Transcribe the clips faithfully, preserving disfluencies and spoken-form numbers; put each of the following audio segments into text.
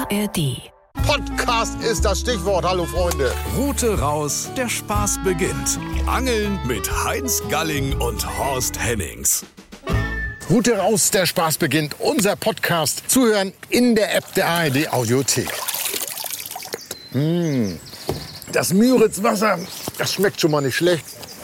R D. Podcast ist das Stichwort. Hallo Freunde. Route raus, der Spaß beginnt. Angeln mit Heinz Galling und Horst Hennings. Route raus, der Spaß beginnt. Unser Podcast zuhören in der App der A R D Audiothek. Mmh. Das Müritzwasser, das schmeckt schon mal nicht schlecht.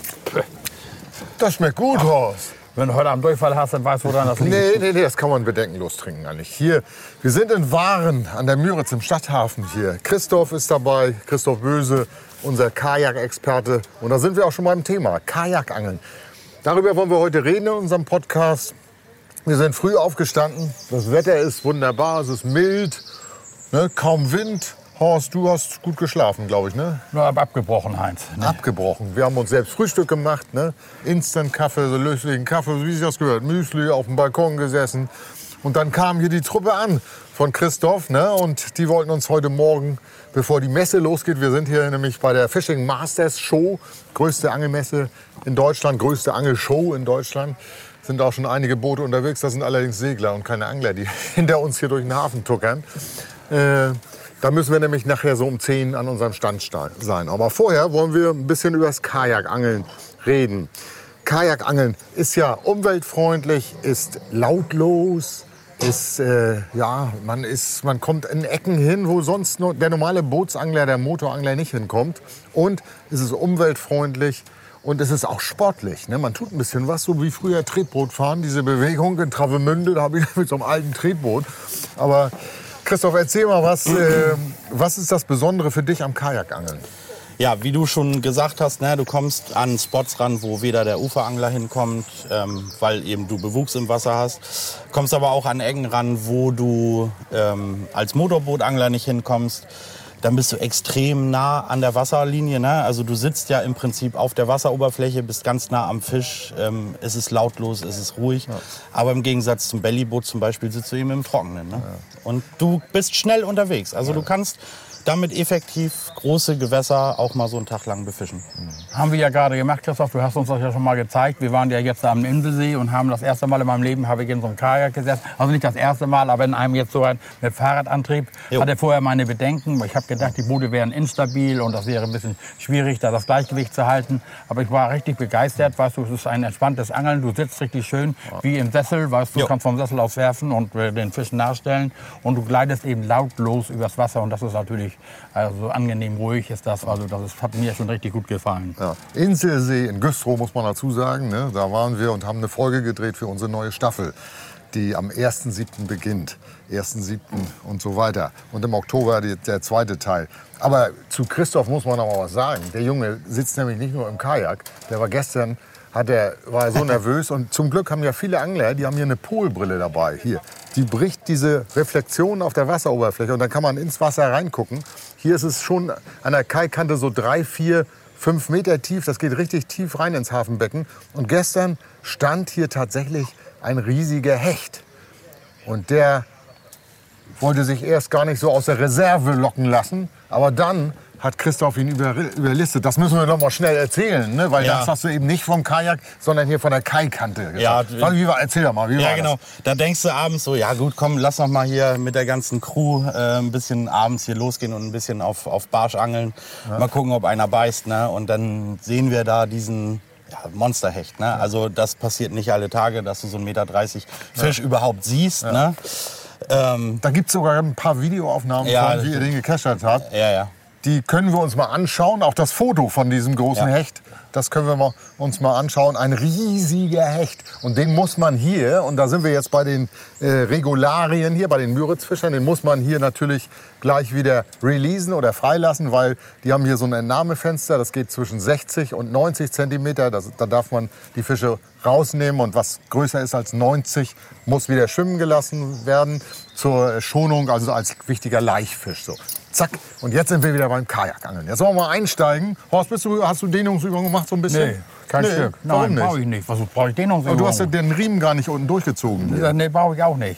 Das schmeckt gut, Ach. Horst. Wenn du heute Abend Durchfall hast, dann weißt du, woran das liegt. Nee, nee, nee, das kann man bedenkenlos trinken eigentlich. Hier, wir sind in Waren an der Müritz im Stadthafen hier. Christoph ist dabei, Christoph Böse, unser Kajak-Experte. Und da sind wir auch schon beim Thema, Kajakangeln. Darüber wollen wir heute reden in unserem Podcast. Wir sind früh aufgestanden, das Wetter ist wunderbar, es ist mild, ne, kaum Wind. Horst, du hast gut geschlafen, glaube ich, ne? Nur abgebrochen, Heinz. Ne? Abgebrochen. Wir haben uns selbst Frühstück gemacht, ne? Instant-Kaffee, so löslichen Kaffee, wie sich das gehört. Müsli, auf dem Balkon gesessen. Und dann kam hier die Truppe an von Christoph, ne? Und die wollten uns heute Morgen, bevor die Messe losgeht, wir sind hier nämlich bei der Fishing Masters Show, größte Angelmesse in Deutschland, größte Angelshow in Deutschland. Sind auch schon einige Boote unterwegs, das sind allerdings Segler und keine Angler, die hinter uns hier durch den Hafen tuckern. Äh, Da müssen wir nämlich nachher so um zehn an unserem Stand sein. Aber vorher wollen wir ein bisschen über das Kajakangeln reden. Kajakangeln ist ja umweltfreundlich, ist lautlos, ist, äh, ja, man, ist, man kommt in Ecken hin, wo sonst nur der normale Bootsangler, der Motorangler nicht hinkommt. Und es ist umweltfreundlich. Und es ist auch sportlich. Ne? Man tut ein bisschen was, so wie früher Tretboot fahren. Diese Bewegung in Travemünde, da habe ich mit so einem alten Tretboot. Aber Christoph, erzähl mal, was, äh, was ist das Besondere für dich am Kajakangeln? Ja, wie du schon gesagt hast, ne, du kommst an Spots ran, wo weder der Uferangler hinkommt, ähm, weil eben du Bewuchs im Wasser hast. Kommst aber auch an Ecken ran, wo du ähm, als Motorbootangler nicht hinkommst. Dann bist du extrem nah an der Wasserlinie. Ne? Also du sitzt ja im Prinzip auf der Wasseroberfläche, bist ganz nah am Fisch. Ähm, es ist lautlos, es ist ruhig. Ja. Aber im Gegensatz zum Bellyboot zum Beispiel sitzt du eben im Trockenen. Ne? Ja. Und du bist schnell unterwegs. Also ja. du kannst damit effektiv große Gewässer auch mal so einen Tag lang befischen. Mhm. Haben wir ja gerade gemacht, Christoph. Du hast uns das ja schon mal gezeigt. Wir waren ja jetzt am Inselsee und haben das erste Mal in meinem Leben habe ich in so einem Kajak gesessen. Also nicht das erste Mal, aber in einem jetzt so ein mit Fahrradantrieb. Jo. Hatte vorher meine Bedenken. Ich habe gedacht, die Boote wären instabil und das wäre ein bisschen schwierig, da das Gleichgewicht zu halten. Aber ich war richtig begeistert. Weißt du, es ist ein entspanntes Angeln. Du sitzt richtig schön wie im Sessel. Weißt du, du kannst vom Sessel aus werfen und den Fischen nachstellen. Und du gleitest eben lautlos übers Wasser. Und das ist natürlich also angenehm ruhig ist das. Also das ist, hat mir schon richtig gut gefallen. Ja. Inselsee in Güstrow muss man dazu sagen. Ne? Da waren wir und haben eine Folge gedreht für unsere neue Staffel, die am ersten siebten beginnt. ersten siebten und so weiter. Und im Oktober die, der zweite Teil. Aber zu Christoph muss man noch mal was sagen. Der Junge sitzt nämlich nicht nur im Kajak. Der war gestern, hat er, war er so nervös. Und zum Glück haben ja viele Angler, die haben hier eine Polbrille dabei. Hier. Die bricht diese Reflexion auf der Wasseroberfläche und dann kann man ins Wasser reingucken. Hier ist es schon an der Kaikante so drei, vier, fünf Meter tief. Das geht richtig tief rein ins Hafenbecken. Und gestern stand hier tatsächlich ein riesiger Hecht. Und der wollte sich erst gar nicht so aus der Reserve locken lassen. Aber dann hat Christoph ihn über, überlistet. Das müssen wir noch mal schnell erzählen, ne? Weil ja. das hast du eben nicht vom Kajak, sondern hier von der Kaikante. Ja, wie war, erzähl doch mal, wie ja, war genau. das? Da denkst du abends so, ja gut, komm, lass noch mal hier mit der ganzen Crew äh, ein bisschen abends hier losgehen und ein bisschen auf, auf Barsch angeln. Ja. Mal gucken, ob einer beißt. Ne? Und dann sehen wir da diesen ja, Monsterhecht. Ne? Ja. Also das passiert nicht alle Tage, dass du so einen Meter dreißig Fisch ja. überhaupt siehst. Ja. Ne? Ähm, da gibt es sogar ein paar Videoaufnahmen, ja, von, wie ihr den gecachert habt. Ja, ja. Die können wir uns mal anschauen. Auch das Foto von diesem großen ja. Hecht, das können wir mal, uns mal anschauen. Ein riesiger Hecht. Und den muss man hier, und da sind wir jetzt bei den äh, Regularien hier, bei den Müritzfischern, den muss man hier natürlich gleich wieder releasen oder freilassen, weil die haben hier so ein Entnahmefenster, das geht zwischen sechzig und neunzig Zentimeter. Das, da darf man die Fische rausnehmen und was größer ist als neunzig, muss wieder schwimmen gelassen werden zur Schonung, also als wichtiger Laichfisch. So. Zack. Und jetzt sind wir wieder beim Kajakangeln. Jetzt wollen wir mal einsteigen. Horst, bist du, hast du Dehnungsübungen gemacht so ein bisschen? Nee, kein nee. Stück. Warum Nein, nicht? brauche ich nicht. Was brauche ich Dehnungsübungen? Aber du hast ja den Riemen gar nicht unten durchgezogen. Ja, nee, brauche ich auch nicht.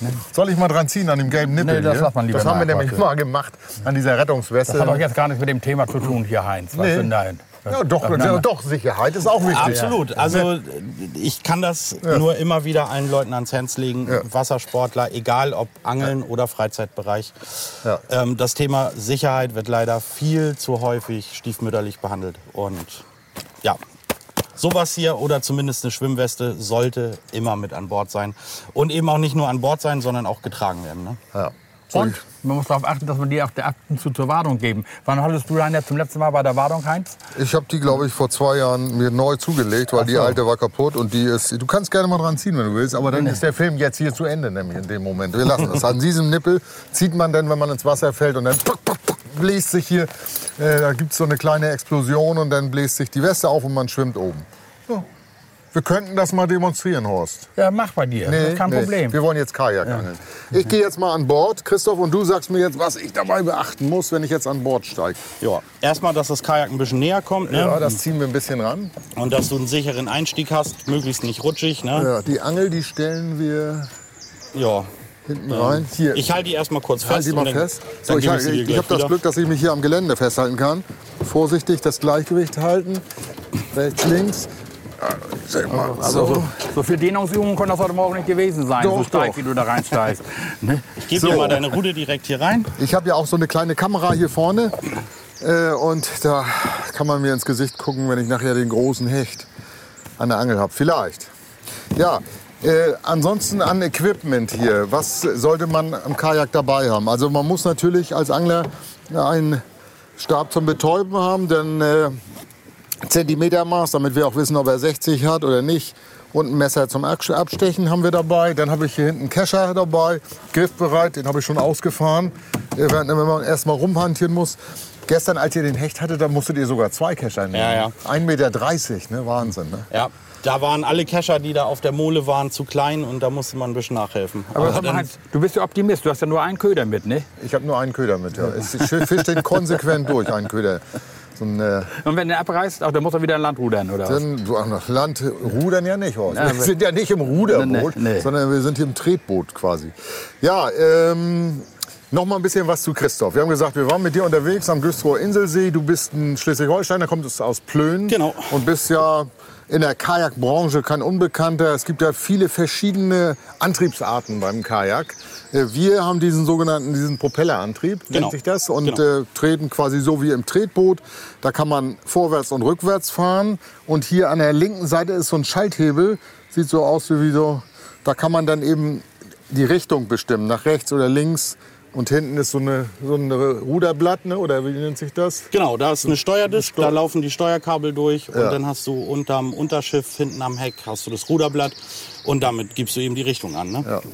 Ne? Soll ich mal dran ziehen an dem gelben Nippel? Nee, das hier? lass man lieber Das haben wir nach, nämlich warte. mal gemacht an dieser Rettungsweste. Das hat doch jetzt gar nichts mit dem Thema zu tun hier, Heinz. Was Nee. denn dahin? Ja, doch, ja, doch, Sicherheit ist auch wichtig. Absolut. Also ich kann das Ja. nur immer wieder allen Leuten ans Herz legen. Ja. Wassersportler, egal ob Angeln oder Freizeitbereich. Ja. Ähm, das Thema Sicherheit wird leider viel zu häufig stiefmütterlich behandelt. Und ja, sowas hier oder zumindest eine Schwimmweste sollte immer mit an Bord sein. Und eben auch nicht nur an Bord sein, sondern auch getragen werden. Ne? Ja. Und man muss darauf achten, dass man die auch der Akten zu zur Wartung geben. Wann hattest du deine zum letzten Mal bei der Wartung, Heinz? Ich habe die, glaube ich, vor zwei Jahren mir neu zugelegt, weil die alte war kaputt und die ist. Du kannst gerne mal dran ziehen, wenn du willst, aber dann ist der Film jetzt hier zu Ende, nämlich in dem Moment. Wir lassen das. An diesem Nippel zieht man dann, wenn man ins Wasser fällt und dann bläst sich hier, äh, da gibt es so eine kleine Explosion und dann bläst sich die Weste auf und man schwimmt oben. Ja. Wir könnten das mal demonstrieren, Horst. Ja, mach bei dir. das ist kein nee. Problem. Wir wollen jetzt Kajak angeln. Ich gehe jetzt mal an Bord, Christoph, und du sagst mir jetzt, was ich dabei beachten muss, wenn ich jetzt an Bord steige. Ja, erstmal, dass das Kajak ein bisschen näher kommt. Ne? Ja, das ziehen wir ein bisschen ran. Und dass du einen sicheren Einstieg hast, möglichst nicht rutschig. Ne? Ja, die Angel, die stellen wir Ja. hinten rein. Hier, Ich halte die erstmal kurz halt fest. die mal und dann, fest. Dann So, ich gebe ich, sie dir ich, gleich habe das wieder. Glück, dass ich mich hier am Gelände festhalten kann. Vorsichtig das Gleichgewicht halten. Rechts, links. Ja, ich sag mal, Also so. so, so viel Dehnungsübungen können das heute Morgen nicht gewesen sein, Doch, so steif doch. wie du da reinsteigst. Ne? Ich gebe So. dir mal deine Rute direkt hier rein. Ich habe ja auch so eine kleine Kamera hier vorne. Äh, und da kann man mir ins Gesicht gucken, wenn ich nachher den großen Hecht an der Angel habe. Vielleicht. Ja, äh, ansonsten an Equipment hier. Was sollte man am Kajak dabei haben? Also man muss natürlich als Angler einen Stab zum Betäuben haben, denn äh, Zentimetermaß, damit wir auch wissen, ob er sechzig hat oder nicht. Und ein Messer zum Abstechen haben wir dabei. Dann habe ich hier hinten einen Kescher dabei, griffbereit, den habe ich schon ausgefahren. Äh, Wenn man erst mal rumhantieren muss. Gestern, als ihr den Hecht hattet, da musstet ihr sogar zwei Kescher nehmen. Ja, ja. ein Meter dreißig, ne? Wahnsinn. Ne? Ja, da waren alle Kescher, die da auf der Mole waren, zu klein und da musste man ein bisschen nachhelfen. Aber Aber sag mal, dann- Heinz, du bist ja Optimist, du hast ja nur einen Köder mit, ne? Ich habe nur einen Köder mit. Ja. Ich fische den konsequent durch, einen Köder. So ein, äh, Und wenn der abreißt, auch, dann muss er wieder ein Land rudern, oder was? Dann, du, nach Land rudern ja nicht, Horst. Ja, Wir sind ja nicht im Ruderboot, Nee, nee, nee. sondern wir sind hier im Tretboot quasi. Ja, ähm, noch mal ein bisschen was zu Christoph. Wir haben gesagt, wir waren mit dir unterwegs am Güstrower Inselsee. Du bist ein Schleswig-Holsteiner, kommst aus Plön. Genau. Und bist ja in der Kajakbranche kein Unbekannter. Es gibt ja viele verschiedene Antriebsarten beim Kajak. Äh, Wir haben diesen sogenannten diesen Propellerantrieb, Genau. nennt sich das, und Genau. äh, treten quasi so wie im Tretboot. Da kann man vorwärts und rückwärts fahren. Und hier an der linken Seite ist so ein Schalthebel. Sieht so aus wie so. Da kann man dann eben die Richtung bestimmen, nach rechts oder links. Und hinten ist so eine, so ein Ruderblatt, ne? Oder wie nennt sich das? Genau, da ist eine Steuerdisk, da laufen die Steuerkabel durch und Ja. dann hast du unterm Unterschiff, hinten am Heck, hast du das Ruderblatt und damit gibst du eben die Richtung an. Ne? Ja.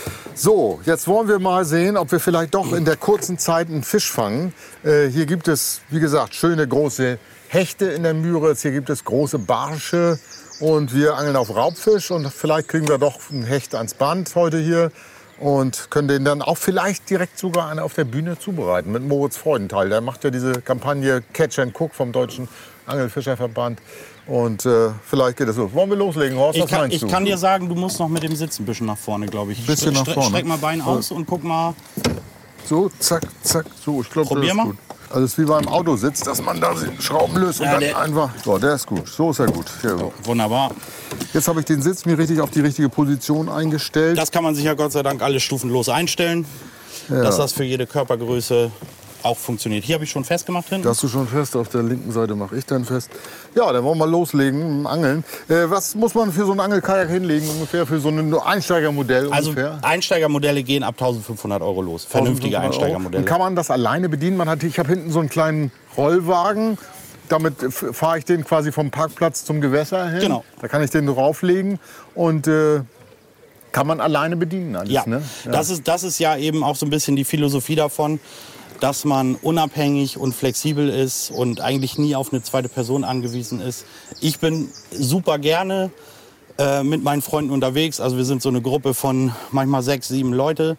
So, jetzt wollen wir mal sehen, ob wir vielleicht doch in der kurzen Zeit einen Fisch fangen. Äh, hier gibt es, wie gesagt, schöne große Hechte in der Müritz. Hier gibt es große Barsche und wir angeln auf Raubfisch. Und vielleicht kriegen wir doch einen Hecht ans Band heute hier und können den dann auch vielleicht direkt sogar auf der Bühne zubereiten mit Moritz Freudenthal. Der macht ja diese Kampagne Catch and Cook vom Deutschen Angelfischerverband. Und äh, vielleicht geht es so. Wollen wir loslegen, Horst? Ich, Was kann, meinst ich du? kann dir sagen, du musst noch mit dem Sitz ein bisschen nach vorne, glaube ich. Bisschen nach vorne. Streck mal Bein aus und guck mal. So, zack, zack, so. Ich glaube, das Probier ist mal. gut. Also es ist wie beim Autositz, dass man da die Schrauben löst und Ja, dann der- einfach... So, der ist gut. So ist er gut. Hier, so. Wunderbar. Jetzt habe ich den Sitz mir richtig auf die richtige Position eingestellt. Das kann man sich ja Gott sei Dank alles stufenlos einstellen, dass das für jede Körpergröße auch funktioniert. Hier habe ich schon festgemacht hinten. Das hast du schon fest. Auf der linken Seite mache ich dann fest. Ja, dann wollen wir loslegen mit dem Angeln. Äh, was muss man für so ein Angelkajak hinlegen ungefähr? Für so ein Einsteigermodell Also ungefähr? Einsteigermodelle gehen ab eintausendfünfhundert Euro los. Vernünftige eintausendfünfhundert Euro. Einsteigermodelle. Und kann man das alleine bedienen? Man hat, ich habe hinten so einen kleinen Rollwagen. Damit f- fahre ich den quasi vom Parkplatz zum Gewässer hin. Genau. Da kann ich den drauflegen und äh, kann man alleine bedienen alles. Ja, Ne? Das, ist, das ist ja eben auch so ein bisschen die Philosophie davon, dass man unabhängig und flexibel ist und eigentlich nie auf eine zweite Person angewiesen ist. Ich bin super gerne äh, mit meinen Freunden unterwegs. Also wir sind so eine Gruppe von manchmal sechs, sieben Leute,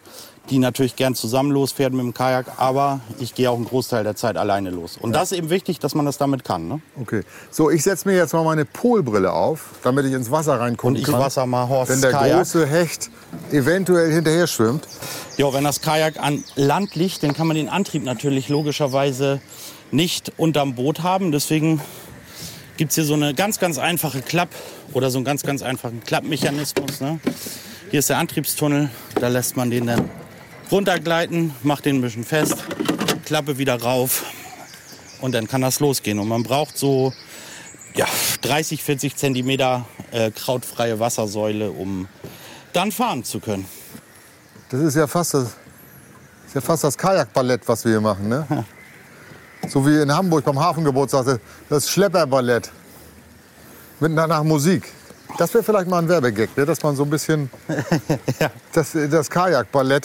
die natürlich gern zusammen losfährt mit dem Kajak, aber ich gehe auch einen Großteil der Zeit alleine los. Und das ist eben wichtig, dass man das damit kann. Ne? Okay. So, ich setze mir jetzt mal meine Polbrille auf, damit ich ins Wasser reingucken Und ich kann. wasser mal Horsts Wenn der Kajak. große Hecht eventuell hinterher schwimmt. Ja, wenn das Kajak an Land liegt, dann kann man den Antrieb natürlich logischerweise nicht unterm Boot haben. Deswegen gibt es hier so eine ganz, ganz einfache Klapp oder so einen ganz, ganz einfachen Klappmechanismus. Ne? Hier ist der Antriebstunnel, da lässt man den dann runtergleiten, macht den ein bisschen fest, Klappe wieder rauf und dann kann das losgehen. Und man braucht so ja, dreißig, vierzig Zentimeter äh, krautfreie Wassersäule, um dann fahren zu können. Das ist ja fast das, ist ja fast das Kajakballett, was wir hier machen. Ne? Ja. So wie in Hamburg beim Hafengeburtstag, das Schlepperballett. Mit nach Musik. Das wäre vielleicht mal ein Werbegag, ne? Dass man so ein bisschen Ja. das, das Kajakballett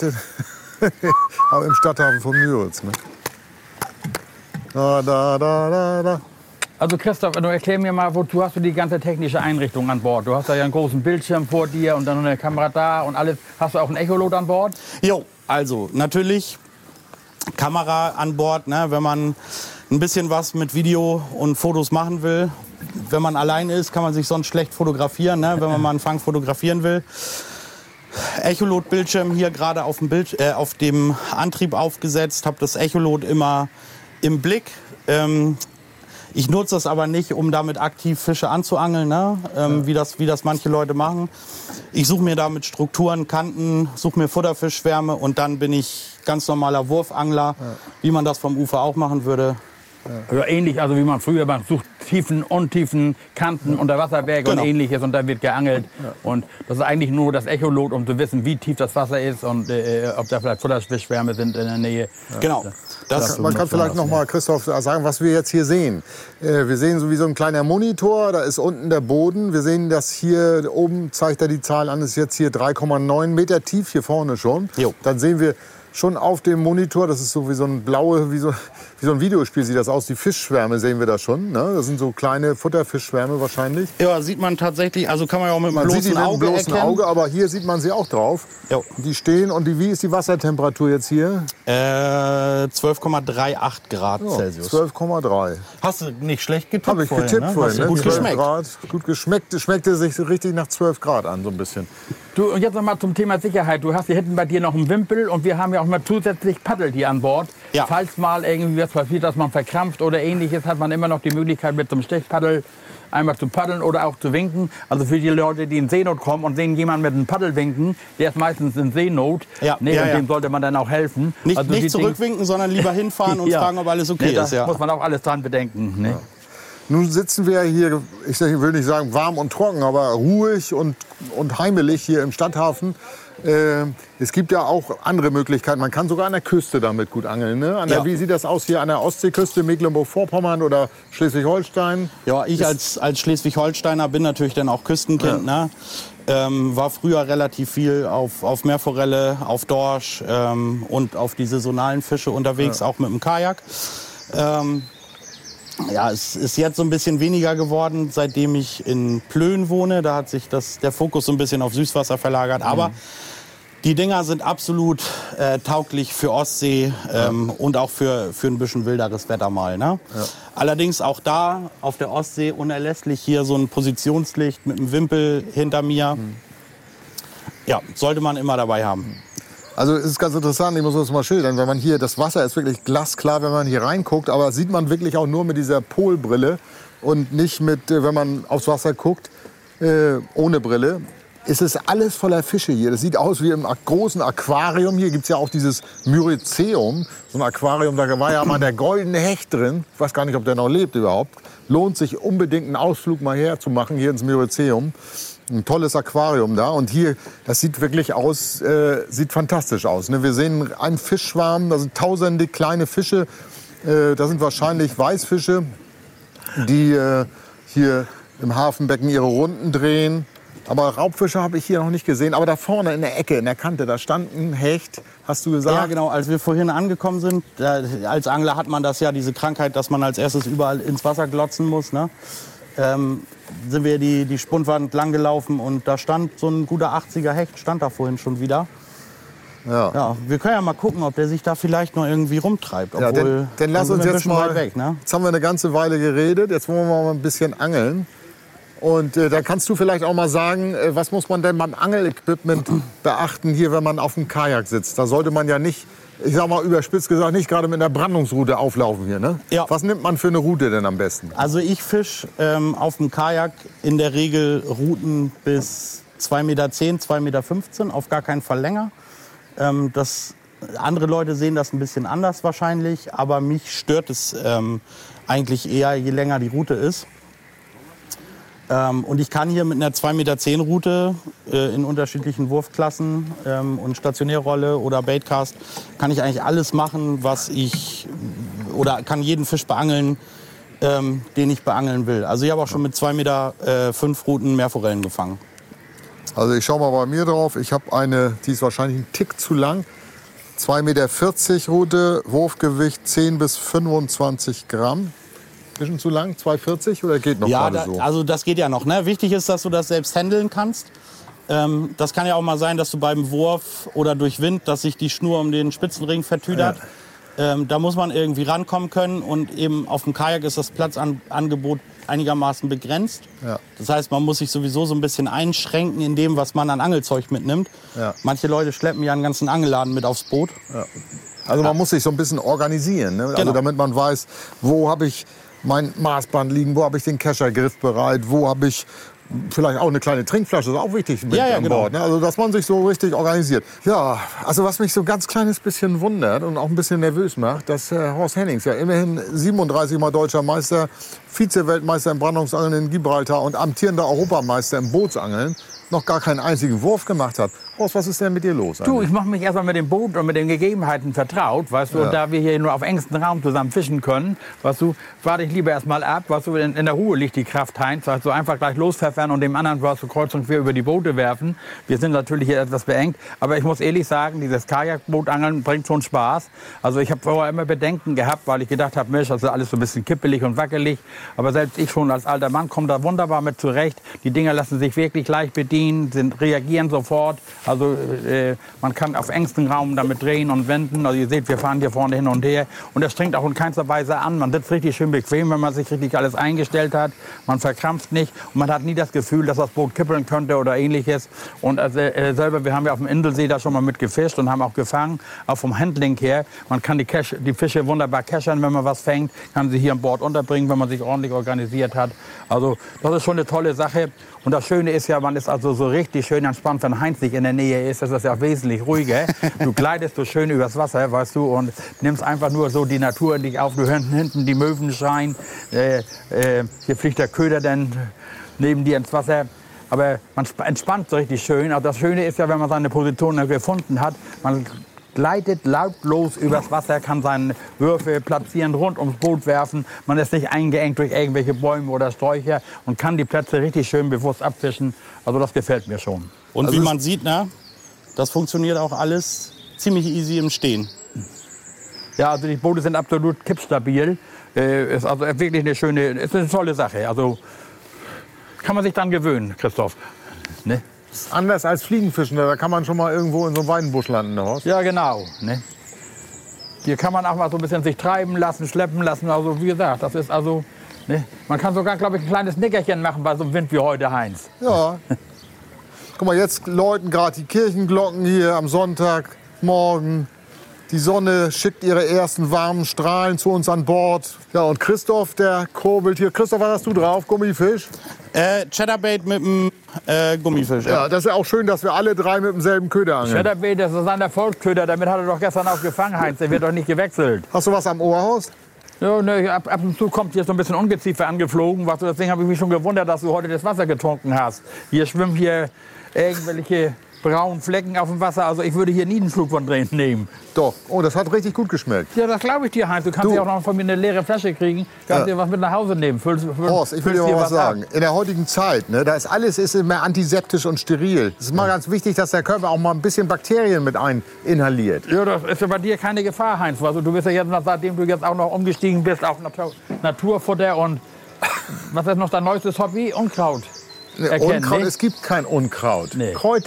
im Stadthafen von Müritz. Ne? Da, da, da, da, da. Also Christoph, du erklär mir mal, wozu hast du die ganze technische Einrichtung an Bord? Du hast da ja einen großen Bildschirm vor dir und dann eine Kamera da und alles. Hast du auch ein Echolot an Bord? Jo, also natürlich Kamera an Bord, ne, wenn man ein bisschen was mit Video und Fotos machen will. Wenn man alleine ist, kann man sich sonst schlecht fotografieren, ne, wenn man mal einen Fang fotografieren will. Echolot-Bildschirm hier gerade auf dem, Bild, äh, auf dem Antrieb aufgesetzt, habe das Echolot immer im Blick. Ähm, ich nutze das aber nicht, um damit aktiv Fische anzuangeln, ne? ähm, ja. wie, das, wie das manche Leute machen. Ich suche mir damit Strukturen, Kanten, suche mir Futterfischschwärme und dann bin ich ganz normaler Wurfangler, ja. wie man das vom Ufer auch machen würde. Ja. Oder ähnlich, also wie man früher, man sucht Tiefen, Untiefen, Kanten, Unterwasserberge Genau. und ähnliches und dann wird geangelt. Ja. Und das ist eigentlich nur das Echolot, um zu wissen, wie tief das Wasser ist und äh, ob da vielleicht Futterfischschwärme sind in der Nähe. Ja. Genau. Das, das man kann vielleicht noch mal, Christoph, sagen, was wir jetzt hier sehen. Äh, wir sehen so wie so ein kleiner Monitor, da ist unten der Boden. Wir sehen, dass hier oben zeigt er die Zahl an, ist jetzt hier drei Komma neun Meter tief, hier vorne schon. Jo. Dann sehen wir schon auf dem Monitor, das ist so wie so ein blaue, wie so, wie so ein Videospiel sieht das aus. Die Fischschwärme sehen wir da schon. Ne? Das sind so kleine Futterfischschwärme wahrscheinlich. Ja, sieht man tatsächlich, also kann man ja auch mit dem Man bloßen, sieht die mit dem Auge, bloßen erkennen. Auge, aber hier sieht man sie auch drauf. Jo. Die stehen und die, wie ist die Wassertemperatur jetzt hier? Äh, zwölf Komma dreiundachtzig Grad Ja, Celsius. zwölf Komma drei. Hast du nicht schlecht getippt Habe ich vorhin, getippt ne? vorhin. Hast du Ne? gut zwölf geschmeckt. Grad, gut geschmeckt. Schmeckte sich so richtig nach zwölf Grad an, so ein bisschen. Du, und jetzt noch mal zum Thema Sicherheit. Du hast hier hinten bei dir noch einen Wimpel und wir haben ja auch mal zusätzlich Paddel hier an Bord. Ja. Falls mal irgendwie was passiert, dass man verkrampft oder ähnliches, hat man immer noch die Möglichkeit mit so einem Stechpaddel einmal zu paddeln oder auch zu winken. Also für die Leute, die in Seenot kommen und sehen jemanden mit einem Paddel winken, der ist meistens in Seenot. Ja. Nee, Ja, und ja. dem sollte man dann auch helfen. Nicht, also nicht die zurückwinken, sondern lieber hinfahren und Ja. fragen, ob alles okay nee, da ist. Ja. muss man auch alles dran bedenken. Ne? Nun sitzen wir hier, ich will nicht sagen warm und trocken, aber ruhig und, und heimelig hier im Stadthafen. Äh, es gibt ja auch andere Möglichkeiten. Man kann sogar an der Küste damit gut angeln. Ne? An der, Ja. Wie sieht das aus hier an der Ostseeküste, Mecklenburg-Vorpommern oder Schleswig-Holstein? Ja, ich als, als Schleswig-Holsteiner bin natürlich dann auch Küstenkind. Ne? Ähm, war früher relativ viel auf, auf Meerforelle, auf Dorsch ähm, und auf die saisonalen Fische unterwegs, Ja. auch mit dem Kajak. Ähm, ja, es ist jetzt so ein bisschen weniger geworden, seitdem ich in Plön wohne. Da hat sich das, der Fokus so ein bisschen auf Süßwasser verlagert. Aber die Dinger sind absolut äh, tauglich für Ostsee ähm, und auch für, für ein bisschen wilderes Wetter mal. Ne? Ja. Allerdings auch da auf der Ostsee unerlässlich hier so ein Positionslicht mit einem Wimpel hinter mir. Mhm. Ja, sollte man immer dabei haben. Also es ist ganz interessant, ich muss das mal schildern, wenn man hier, das Wasser ist wirklich glasklar, wenn man hier reinguckt, aber das sieht man wirklich auch nur mit dieser Polbrille und nicht mit, äh, wenn man aufs Wasser guckt, äh, ohne Brille. Es ist alles voller Fische hier. Das sieht aus wie im großen Aquarium. Hier gibt es ja auch dieses Myrizeum, so ein Aquarium, da war ja mal der goldene Hecht drin. Ich weiß gar nicht, ob der noch lebt überhaupt. Lohnt sich unbedingt einen Ausflug mal herzumachen, hier ins Myrizeum. Ein tolles Aquarium da. Und hier, das sieht wirklich aus, äh, sieht fantastisch aus. Ne? Wir sehen einen Fischschwarm, da sind tausende kleine Fische. Äh, das sind wahrscheinlich Weißfische, die äh, hier im Hafenbecken ihre Runden drehen. Aber Raubfische habe ich hier noch nicht gesehen. Aber da vorne in der Ecke, in der Kante, da stand ein Hecht, hast du gesagt? Ja, genau. Als wir vorhin angekommen sind, da, als Angler hat man das ja, diese Krankheit, dass man als erstes überall ins Wasser glotzen muss. Ne? Ähm, sind wir die, die Spundwand lang gelaufen und da stand so ein guter achtziger Hecht, stand da vorhin schon wieder. Ja. Ja, wir können ja mal gucken, ob der sich da vielleicht noch irgendwie rumtreibt. Ja, Obwohl, dann, dann lass sind uns wir ein jetzt bisschen mal, weit weg, ne? jetzt haben wir eine ganze Weile geredet, jetzt wollen wir mal ein bisschen angeln. Und äh, da kannst du vielleicht auch mal sagen, äh, was muss man denn beim Angelequipment beachten hier, wenn man auf dem Kajak sitzt? Da sollte man ja nicht, ich sag mal überspitzt gesagt, nicht gerade mit einer Brandungsrute auflaufen hier, ne? Ja. Was nimmt man für eine Route denn am besten? Also ich fische ähm, auf dem Kajak in der Regel Routen bis zwei Meter zehn, zwei Meter fünfzehn, auf gar keinen Fall länger. Ähm, das, andere Leute sehen das ein bisschen anders wahrscheinlich, aber mich stört es ähm, eigentlich eher, je länger die Route ist. Ähm, und ich kann hier mit einer zwei Meter zehn Route äh, in unterschiedlichen Wurfklassen ähm, und Stationärrolle oder Baitcast, kann ich eigentlich alles machen, was ich, oder kann jeden Fisch beangeln, ähm, den ich beangeln will. Also ich habe auch schon mit zwei Meter fünf Routen Meerforellen gefangen. Also ich schau mal bei mir drauf, ich habe eine, die ist wahrscheinlich ein Tick zu lang. zwei Meter vierzig Route, Wurfgewicht zehn bis fünfundzwanzig Gramm. Bisschen zu lang, zwei vierzig oder geht noch Ja, gerade da, so? also das geht ja noch. Ne? Wichtig ist, dass du das selbst handeln kannst. Ähm, das kann ja auch mal sein, dass du beim Wurf oder durch Wind, dass sich die Schnur um den Spitzenring vertüdert. Ja. Ähm, da muss man irgendwie rankommen können. Und eben auf dem Kajak ist das Platzangebot einigermaßen begrenzt. Ja. Das heißt, man muss sich sowieso so ein bisschen einschränken in dem, was man an Angelzeug mitnimmt. Ja. Manche Leute schleppen ja einen ganzen Angelladen mit aufs Boot. Ja. Also man muss sich so ein bisschen organisieren, ne? Also Genau. damit man weiß, wo habe ich mein Maßband liegen, wo habe ich den Kescher griffbereit, wo habe ich vielleicht auch eine kleine Trinkflasche, das ist auch wichtig mit Ja, ja, an genau. Bord. Ne? Also dass man sich so richtig organisiert. Ja, also was mich so ein ganz kleines bisschen wundert und auch ein bisschen nervös macht, dass äh, Horst Hennings, ja immerhin siebenunddreißig Mal deutscher Meister, Vize-Weltmeister im Brandungsangeln in Gibraltar und amtierender Europameister im Bootsangeln, noch gar keinen einzigen Wurf gemacht hat. Horst, was ist denn mit dir los Du, eigentlich? ich mache mich erstmal mit dem Boot und mit den Gegebenheiten vertraut, weißt du, Ja. und da wir hier nur auf engstem Raum zusammen fischen können, weißt du, warte ich lieber erstmal ab, weißt du, in, in der Ruhe liegt die Kraft, Heinz, weißt du, einfach gleich lospfeffern und dem anderen, weißt du, kreuz und quer über die Boote werfen. Wir sind natürlich hier etwas beengt, aber ich muss ehrlich sagen, dieses Kajakbootangeln bringt schon Spaß. Also ich habe vorher immer Bedenken gehabt, weil ich gedacht habe, Mensch, das ist alles so ein bisschen kippelig und wackelig, aber selbst ich schon als alter Mann komme da wunderbar mit zurecht. Die Dinger lassen sich wirklich leicht bedienen, sind, reagieren sofort, also äh, man kann auf engstem Raum damit drehen und wenden. Also ihr seht, wir fahren hier vorne hin und her. Und das strengt auch in keinster Weise an. Man sitzt richtig schön bequem, wenn man sich richtig alles eingestellt hat. Man verkrampft nicht. Und man hat nie das Gefühl, dass das Boot kippeln könnte oder ähnliches. Und also, äh, selber, wir haben ja auf dem Indelsee da schon mal mit gefischt und haben auch gefangen. Auch vom Handling her. Man kann die, Cash, die Fische wunderbar cachern, wenn man was fängt. Kann sie hier an Bord unterbringen, wenn man sich ordentlich organisiert hat. Also das ist schon eine tolle Sache. Und das Schöne ist ja, man ist also so richtig schön entspannt, wenn Heinz nicht in der Nähe ist. Das ist ja wesentlich ruhiger. Du gleitest so schön übers Wasser, weißt du, und nimmst einfach nur so die Natur in dich auf. Du hörst hinten die Möwen schreien. Äh, äh, hier fliegt der Köder dann neben dir ins Wasser. Aber man entspannt so richtig schön. Also das Schöne ist ja, wenn man seine Position gefunden hat, man gleitet lautlos übers Wasser, kann seine Würfe platzieren, rund ums Boot werfen. Man ist nicht eingeengt durch irgendwelche Bäume oder Sträucher und kann die Plätze richtig schön bewusst abfischen. Also das gefällt mir schon. Und Also wie es- man sieht, ne, das funktioniert auch alles ziemlich easy im Stehen. Ja, also die Boote sind absolut kippstabil. Äh, ist also wirklich eine schöne, ist eine tolle Sache. Also kann man sich dann gewöhnen, Christoph. Ne? Anders als Fliegenfischen, da kann man schon mal irgendwo in so einem Weidenbusch landen, ne, Horst? Ja, genau. Ne? Hier kann man auch mal so ein bisschen sich treiben lassen, schleppen lassen. Also wie gesagt, das ist also, ne? Man kann sogar, glaube ich, ein kleines Nickerchen machen bei so einem Wind wie heute, Heinz. Ja. Guck mal, jetzt läuten gerade die Kirchenglocken hier am Sonntagmorgen. Die Sonne schickt ihre ersten warmen Strahlen zu uns an Bord. Ja, und Christoph, der kurbelt hier. Christoph, was hast du drauf? Gummifisch? Äh, Chatterbait mit dem äh, Gummifisch. Ja, das ist ja auch schön, dass wir alle drei mit demselben Köder angeln. Schmetterbait, das ist ein Erfolgsköder. Damit hat er doch gestern auch gefangen, Heinz. Der wird doch nicht gewechselt. Hast du was am Ohr, Horst? Ja, ne, ab, ab und zu kommt hier so ein bisschen Ungeziefer angeflogen. Was, deswegen habe ich mich schon gewundert, dass du heute das Wasser getrunken hast. Hier schwimmen hier irgendwelche braunen Flecken auf dem Wasser. Also ich würde hier nie einen Flug von drin nehmen. Doch. Oh, das hat richtig gut geschmeckt. Ja, das glaube ich dir, Heinz. Du kannst Du- ja auch noch von mir eine leere Flasche kriegen. Kannst Ja. dir was mit nach Hause nehmen. Füllst, füll, Horst, ich will dir füllst mal was ab. sagen. In der heutigen Zeit, ne, da ist alles ist immer antiseptisch und steril. Es ist mal ganz wichtig, dass der Körper auch mal ein bisschen Bakterien mit ein inhaliert. Ja, das ist ja bei dir keine Gefahr, Heinz. Also du bist ja jetzt, noch, seitdem du jetzt auch noch umgestiegen bist auf Natur, Naturfutter und was ist noch dein neuestes Hobby? Unkraut. Erkennen, Unkraut, ne? es gibt kein Unkraut. Nee. Kräuter.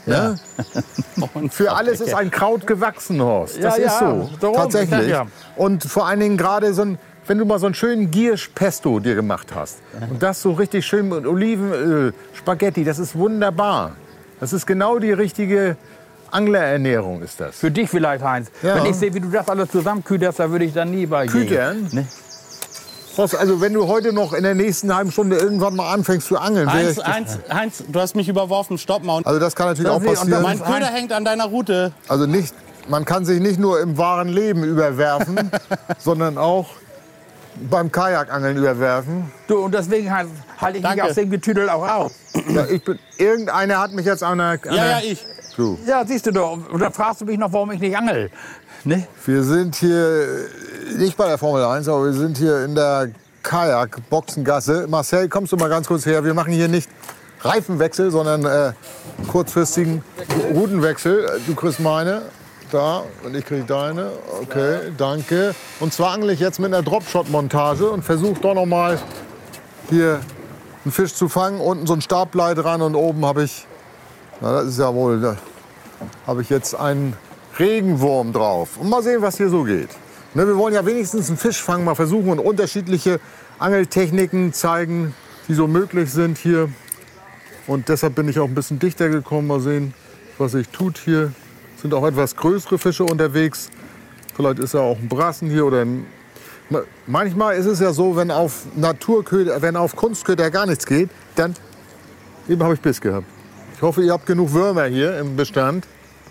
Ne? Für alles ist ein Kraut gewachsen, Horst. Das Ja, ist ja, so, darum, tatsächlich. ja. Und vor allen Dingen gerade so ein, wenn du mal so einen schönen Giersch-Pesto dir gemacht hast und das so richtig schön mit Olivenöl, Spaghetti, das ist wunderbar. Das ist genau die richtige Anglerernährung, ist das. Für dich vielleicht, Heinz. Ja. Wenn ich sehe, wie du das alles zusammenküterst, da würde ich dann nie bei gehen. Kütern? Ne? Horst, also wenn du heute noch in der nächsten halben Stunde irgendwann mal anfängst zu angeln, wäre Heinz, ich... Heinz, Heinz, du hast mich überworfen, stopp mal. Also das kann natürlich auch Das- und das- passieren. Mein Köder hängt an deiner Route. Also nicht, man kann sich nicht nur im wahren Leben überwerfen, sondern auch beim Kajakangeln überwerfen. Du, und deswegen halt, halte ich mich Danke. aus dem Getüdel auch auf. Ja, ich bin, irgendeiner hat mich jetzt an der... An Ja, der ja, ich. Du. Ja, siehst du doch. Und dann fragst du mich noch, warum ich nicht angel. Ne? Wir sind hier nicht bei der Formel eins, aber wir sind hier in der Kajak-Boxengasse. Marcel, kommst du mal ganz kurz her? Wir machen hier nicht Reifenwechsel, sondern äh, kurzfristigen Routenwechsel. Du kriegst meine, da, und ich krieg deine. Okay, danke. Und zwar angle ich jetzt mit einer Dropshot-Montage und versuche doch noch mal hier einen Fisch zu fangen. Unten so ein Stabblei dran und oben habe ich, na, das ist ja wohl, da habe ich jetzt einen Regenwurm drauf. Und mal sehen, was hier so geht. Ne, wir wollen ja wenigstens einen Fischfang mal versuchen und unterschiedliche Angeltechniken zeigen, die so möglich sind hier. Und deshalb bin ich auch ein bisschen dichter gekommen. Mal sehen, was sich tut hier. Sind auch etwas größere Fische unterwegs. Vielleicht ist ja auch ein Brassen hier oder ein... Manchmal ist es ja so, wenn auf Naturköder, wenn auf Kunstköder gar nichts geht, dann eben habe ich Biss gehabt. Ich hoffe, ihr habt genug Würmer hier im Bestand.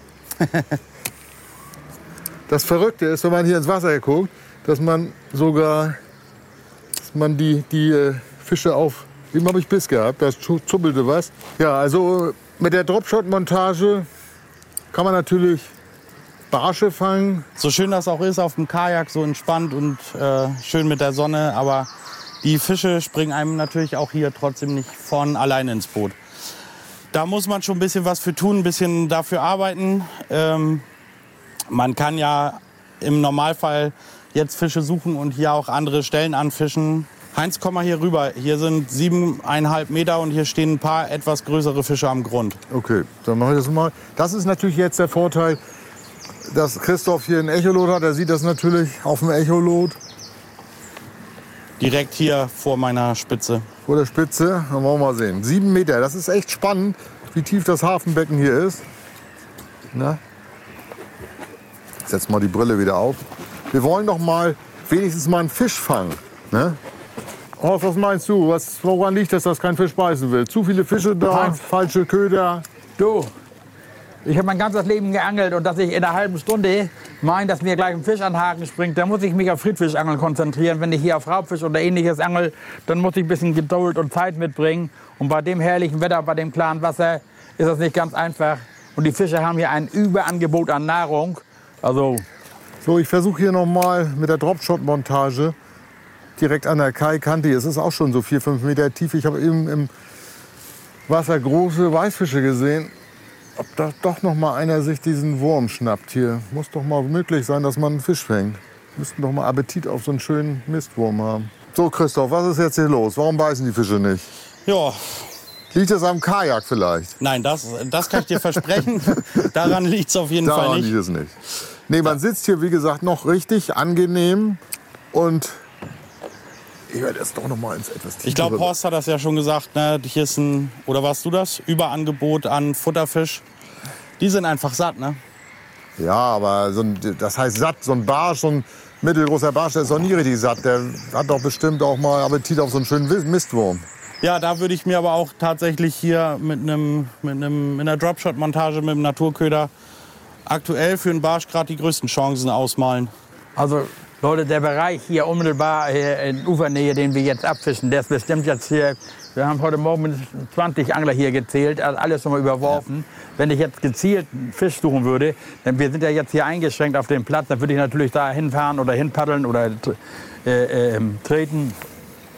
Das Verrückte ist, wenn man hier ins Wasser guckt, dass man sogar dass man die, die äh, Fische auf... Eben habe ich Biss gehabt, da zuppelte was. Ja, also mit der Dropshot-Montage kann man natürlich Barsche fangen. So schön das auch ist auf dem Kajak, so entspannt und äh, schön mit der Sonne. Aber die Fische springen einem natürlich auch hier trotzdem nicht von alleine ins Boot. Da muss man schon ein bisschen was für tun, ein bisschen dafür arbeiten. Ähm, man kann ja im Normalfall jetzt Fische suchen und hier auch andere Stellen anfischen. Heinz, komm mal hier rüber. Hier sind siebeneinhalb Meter und hier stehen ein paar etwas größere Fische am Grund. Okay, dann mache ich das mal. Das ist natürlich jetzt der Vorteil, dass Christoph hier ein Echolot hat. Er sieht das natürlich auf dem Echolot Direkt hier vor meiner Spitze. vor der Spitze. Dann wollen wir mal sehen. Sieben Meter, das ist echt spannend, wie tief das Hafenbecken hier ist. Na? Ich setz mal die Brille wieder auf. Wir wollen doch mal wenigstens mal einen Fisch fangen. Ne? Horst, was meinst du? Was, woran liegt das, dass kein Fisch beißen will? Zu viele Fische da, Heinz. falsche Köder. Du, ich habe mein ganzes Leben geangelt und dass ich in einer halben Stunde meine, dass mir gleich ein Fisch an den Haken springt, dann muss ich mich auf Friedfischangeln konzentrieren. Wenn ich hier auf Raubfisch oder ähnliches angel, dann muss ich ein bisschen Geduld und Zeit mitbringen. Und bei dem herrlichen Wetter, bei dem klaren Wasser, ist das nicht ganz einfach. Und die Fische haben hier ein Überangebot an Nahrung. Also, So, ich versuche hier noch mal mit der Dropshot-Montage direkt an der Kaikante. Es ist auch schon so vier, fünf Meter tief. Ich habe eben im Wasser große Weißfische gesehen. Ob da doch noch mal einer sich diesen Wurm schnappt hier. Muss doch mal möglich sein, dass man einen Fisch fängt. Müssten doch mal Appetit auf so einen schönen Mistwurm haben. So, Christoph, was ist jetzt hier los? Warum beißen die Fische nicht? Ja, Liegt das am Kajak vielleicht? nein, das, das kann ich dir versprechen. Daran liegt es auf jeden Fall Daran nicht. liegt es nicht. Nee, man sitzt hier, wie gesagt, noch richtig angenehm. Und ich werde jetzt doch noch mal ins etwas tiefere... Ich glaube, Horst hat das ja schon gesagt. Ne? Hier ist ein, oder warst du das? Überangebot an Futterfisch. Die sind einfach satt, ne? Ja, aber so ein, das heißt satt, so ein Barsch, so ein mittelgroßer Barsch, der ist doch nie richtig satt. Der hat doch bestimmt auch mal Appetit auf so einen schönen Mistwurm. Ja, da würde ich mir aber auch tatsächlich hier mit einem, mit einem, mit einer Dropshot-Montage mit einem Naturköder aktuell für den Barsch gerade die größten Chancen ausmalen. also Leute, der Bereich hier unmittelbar hier in Ufernähe, den wir jetzt abfischen, der ist bestimmt jetzt hier. Wir haben heute Morgen mit zwanzig Angler hier gezählt, also alles schon mal überworfen. Ja. Wenn ich jetzt gezielt einen Fisch suchen würde, denn wir sind ja jetzt hier eingeschränkt auf den Platz, dann würde ich natürlich da hinfahren oder hinpaddeln oder äh, äh, treten.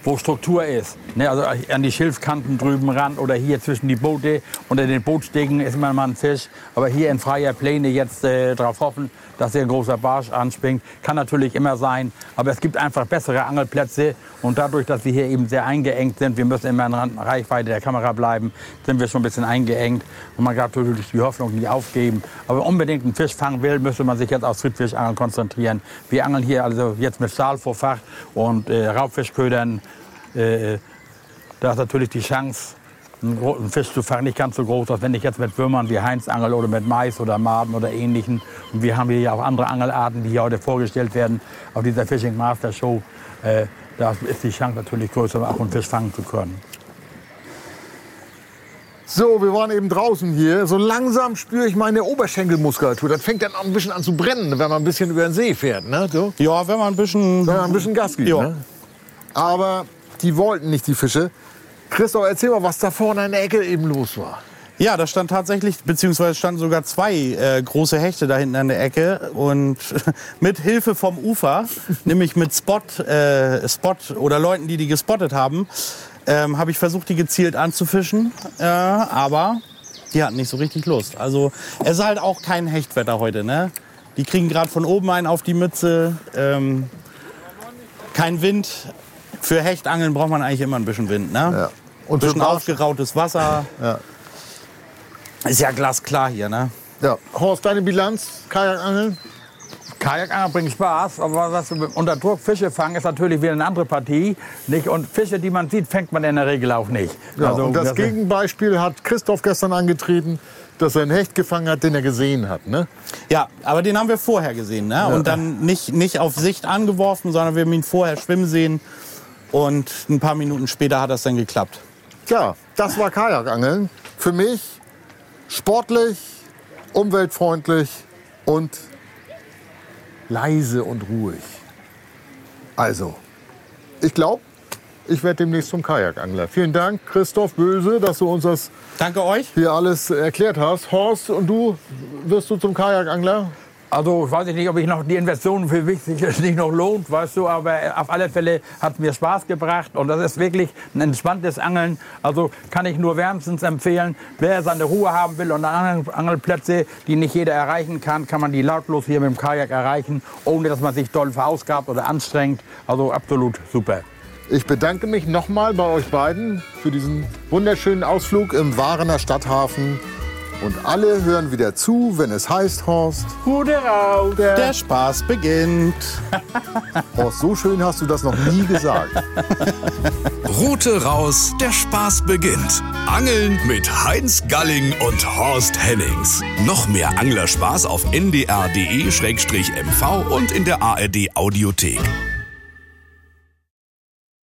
wo Struktur ist. Ne, also an die Schilfkanten drüben ran oder hier zwischen die Boote, unter den Bootstegen ist immer mal ein Fisch. Aber hier in freier Pläne jetzt äh, darauf hoffen, dass hier ein großer Barsch anspringt, kann natürlich immer sein. Aber es gibt einfach bessere Angelplätze. Und dadurch, dass wir hier eben sehr eingeengt sind, wir müssen immer in Reichweite der Kamera bleiben, sind wir schon ein bisschen eingeengt. Und man darf natürlich die Hoffnung nicht aufgeben. Aber unbedingt einen Fisch fangen will, müsste man sich jetzt auf Friedfischangeln konzentrieren. Wir angeln hier also jetzt mit Stahlvorfach und äh, Raubfischködern. Äh, da ist natürlich die Chance, einen Fisch zu fangen, nicht ganz so groß, als wenn ich jetzt mit Würmern wie Heinz angel oder mit Mais oder Maden oder Ähnlichen. Und wir haben hier ja auch andere Angelarten, die hier heute vorgestellt werden auf dieser Fishing Master Show. Äh, da ist die Chance natürlich größer, auch einen Fisch fangen zu können. So, wir waren eben draußen hier. So langsam spüre ich meine Oberschenkelmuskulatur. Das fängt dann ein bisschen an zu brennen, wenn man ein bisschen über den See fährt. Ne? So. Ja, wenn man ein bisschen, wenn man ein bisschen Gas gibt. Ne? Aber die wollten nicht, die Fische. Christoph, erzähl mal, was da vorne in der Ecke eben los war. Ja, da stand tatsächlich, beziehungsweise standen sogar zwei äh, große Hechte da hinten an der Ecke. Und mit Hilfe vom Ufer, nämlich mit Spot, äh, Spot oder Leuten, die die gespottet haben, ähm, habe ich versucht, die gezielt anzufischen. Äh, aber die hatten nicht so richtig Lust. Also es ist halt auch kein Hechtwetter heute, ne? Die kriegen gerade von oben einen auf die Mütze. Ähm, kein Wind. Für Hechtangeln braucht man eigentlich immer ein bisschen Wind, ne? Ja. Und ein bisschen aufgerautes Wasser. Ja. Ist ja glasklar hier, ne? Ja. Horst, deine Bilanz, Kajakangeln? Kajakangeln bringt Spaß, aber was unter Druck Fische fangen, ist natürlich wieder eine andere Partie. Nicht? Und Fische, die man sieht, fängt man in der Regel auch nicht. Ja, also, und das, das Gegenbeispiel hat Christoph gestern angetreten, dass er einen Hecht gefangen hat, den er gesehen hat. Ne? Ja, aber den haben wir vorher gesehen. Ne? Ja. Und dann nicht, nicht auf Sicht angeworfen, sondern wir haben ihn vorher schwimmen sehen. Und ein paar Minuten später hat das dann geklappt. Tja, das war Kajakangeln. Für mich sportlich, umweltfreundlich und leise und ruhig. Also, ich glaube, ich werde demnächst zum Kajakangler. Vielen Dank, Christoph Böse, dass du uns das Danke euch. hier alles erklärt hast. Horst, und du, wirst du zum Kajakangler? Also weiß ich nicht, ob ich noch die Investitionen für mich nicht noch lohnt, weißt du, aber auf alle Fälle hat es mir Spaß gebracht und das ist wirklich ein entspanntes Angeln. Also kann ich nur wärmstens empfehlen, wer seine Ruhe haben will und an Angelplätze, die nicht jeder erreichen kann, kann man die lautlos hier mit dem Kajak erreichen, ohne dass man sich doll verausgabt oder anstrengt. Also absolut super. Ich bedanke mich nochmal bei euch beiden für diesen wunderschönen Ausflug im Waarener Stadthafen. Und alle hören wieder zu, wenn es heißt, Horst, Gute raus! Der, der Spaß beginnt. Horst, so schön hast du das noch nie gesagt. Rute raus, der Spaß beginnt. Angeln mit Heinz Galling und Horst Hennings. Noch mehr Anglerspaß auf n d r punkt d e slash m v und in der A R D Audiothek.